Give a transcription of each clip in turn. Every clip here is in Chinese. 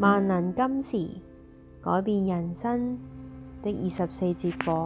萬能金時，改變人生的24節課。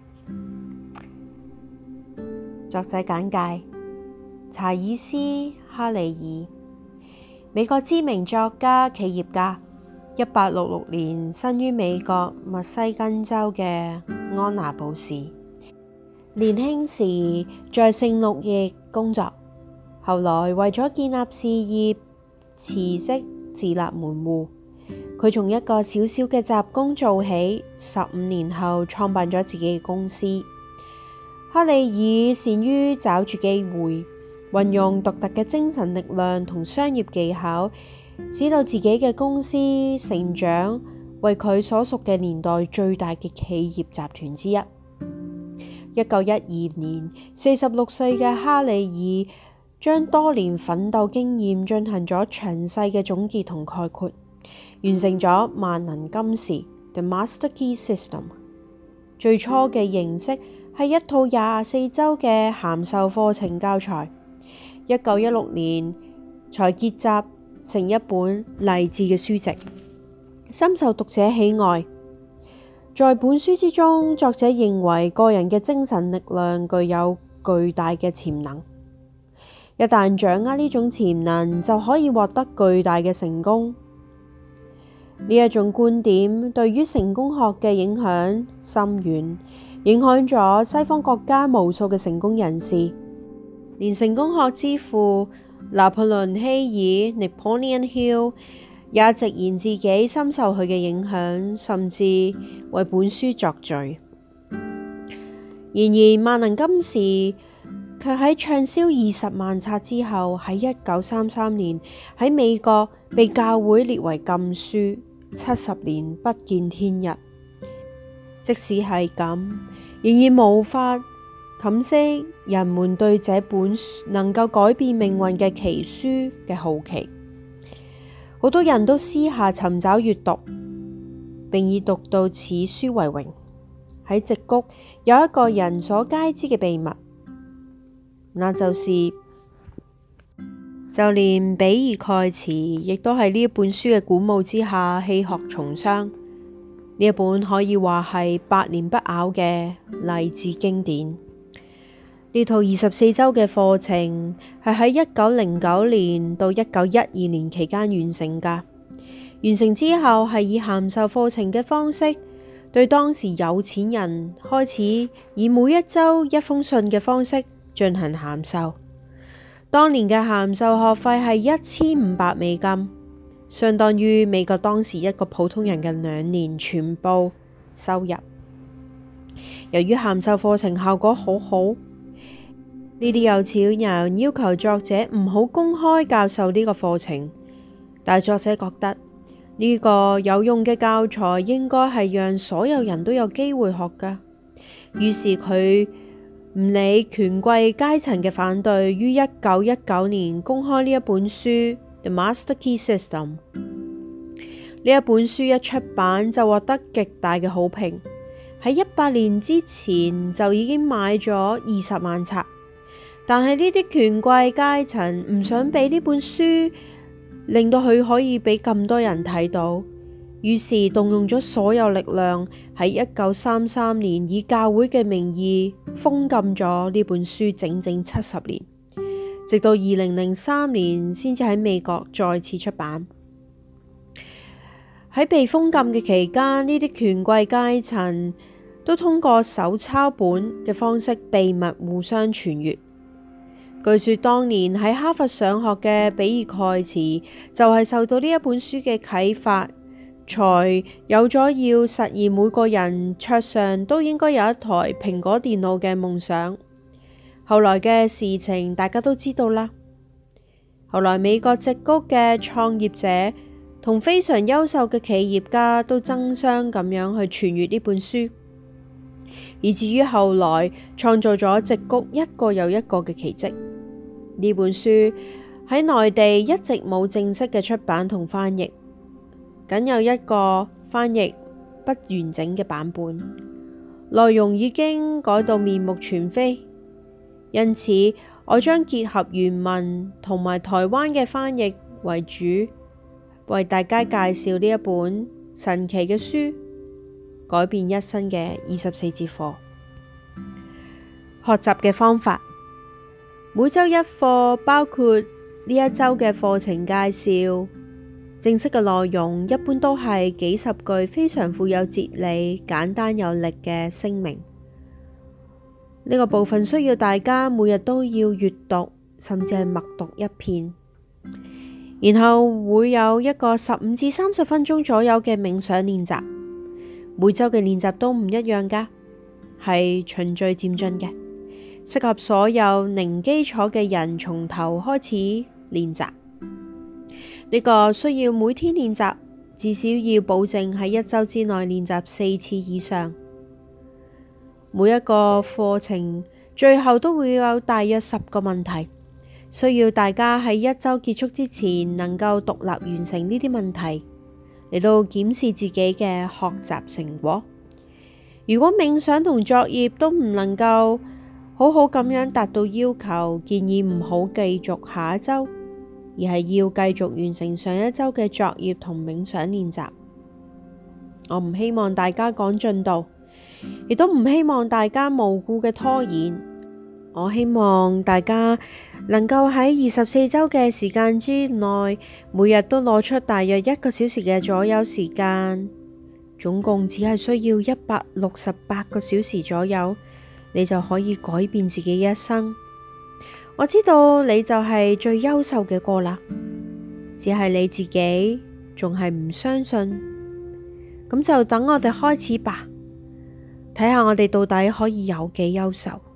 作者簡介：查爾斯·哈利爾，美國知名作家、企業家。1866年生於美國密西根州嘅安娜堡市。年輕時在聖路易工作，後來為咗建立事業，辭職自立門戶。佢從一個小小嘅雜工做起，15年後創辦咗自己嘅公司。哈利爾善於找住機會，運用獨特嘅精神力量同商業技巧，使到自己嘅公司成長為佢所屬嘅年代最大嘅企業集團之一。1912年，46歲嘅哈利爾將多年奮鬥經驗進行咗詳細嘅總結同概括，完成咗萬能金時 The Master Key System。最初嘅形式係一套24週嘅函授課程教材，1916年才結集成一本勵志嘅書籍，深受讀者喜愛。在本書之中，作者認為個人嘅精神力量具有巨大嘅潛能，一旦掌握呢種潛能，就可以獲得巨大嘅成功。呢一種觀點對於成功學嘅影響深遠，影響咗西方國家無數嘅成功人士，連成功學之父拿破崙希爾 （Napoleon Hill） 也直言自己深受佢嘅影響，甚至為本書作序。然而，萬能金時卻喺暢銷20萬冊之後，喺1933年喺美國被教會列為禁書，70年不見天日。即使係咁，仍然無法冚熄人們對這本能夠改變命運嘅奇書嘅好奇。好多人都私下尋找閱讀，並以讀到此書為榮。喺矽谷有一個人所皆知嘅秘密，那就是就連比爾蓋茨亦都喺呢一本書嘅鼓舞之下棄學從商。呢一本可以話係百年不朽嘅勵志經典。呢套24週嘅課程係喺1909年到1912年期間完成㗎。完成之後係以函授課程嘅方式，對當時有錢人開始以每一週一封信嘅方式進行函授。當年嘅函授學費係1500美金，相當於美國當時一個普通人嘅2年全部收入。由於函授課程效果好好，呢啲有錢人要求作者唔好公開教授呢個課程，但作者覺得呢個有用嘅教材應該係讓所有人都有機會學㗎。於是佢唔理權貴階層嘅反對，於1919年公開呢一本書 The Master Key System。呢一本書一出版就獲得極大嘅好評，喺100年之前就已經買咗20萬冊。但係呢啲權貴階層唔想俾呢本書令到佢可以俾咁多人睇到，於是動用咗所有力量，喺1933年以教會嘅名義封禁咗呢本書整整70年，直到2003年先至喺美國再次出版。喺被封禁嘅期間，呢啲權貴階層都通過手抄本嘅方式秘密互相傳閱。據說當年喺哈佛上學嘅比爾蓋茨就係受到呢一本書嘅啟發，才有咗要實現每個人桌上都應該有一台蘋果電腦嘅夢想。後來嘅事情大家都知道啦。後來美國矽谷嘅創業者同非常優秀嘅企業家都爭相咁樣去傳閱呢本書，以至於後來創造咗矽谷一個又一個嘅奇蹟。呢本書喺內地一直冇正式嘅出版同翻譯，僅有一個翻譯不完整嘅版本，內容已經改到面目全非。因此，我將結合原文同埋台灣嘅翻譯為主， 為大家介紹呢一本神奇嘅書，改變一生嘅24節課。學習嘅方法，每周一課，包括呢一周嘅課程介紹。正式嘅內容一般都係幾十句非常富有哲理、簡單有力嘅聲明。呢個部分需要大家每日都要閱讀，甚至係默讀一遍。然後會有一個15至30分鐘左右嘅冥想練習。每周嘅練習都唔一樣㗎，係循序漸進嘅，適合所有零基礎嘅人從頭開始練習。呢個需要每天練習，至少要保證喺一周之內練習4次以上。每一個課程最後都會有大約10個問題，需要大家喺一周結束之前能夠獨立完成呢啲問題，嚟到檢視自己嘅學習成果。如果冥想同作業都唔能夠好好咁樣達到要求，建議唔好繼續下一周，而係要繼續完成上一周嘅作業同冥想練習。我唔希望大家趕進度，亦都唔希望大家無故嘅拖延。我希望大家能夠喺24周嘅時間之內，每日都攞出大約1個小時嘅左右時間，總共只係需要168個小時左右，你就可以改變自己嘅一生。我知道你就係最優秀嘅個啦，只係你自己仲係唔相信。咁就等我哋開始吧，睇下我哋到底可以有幾優秀。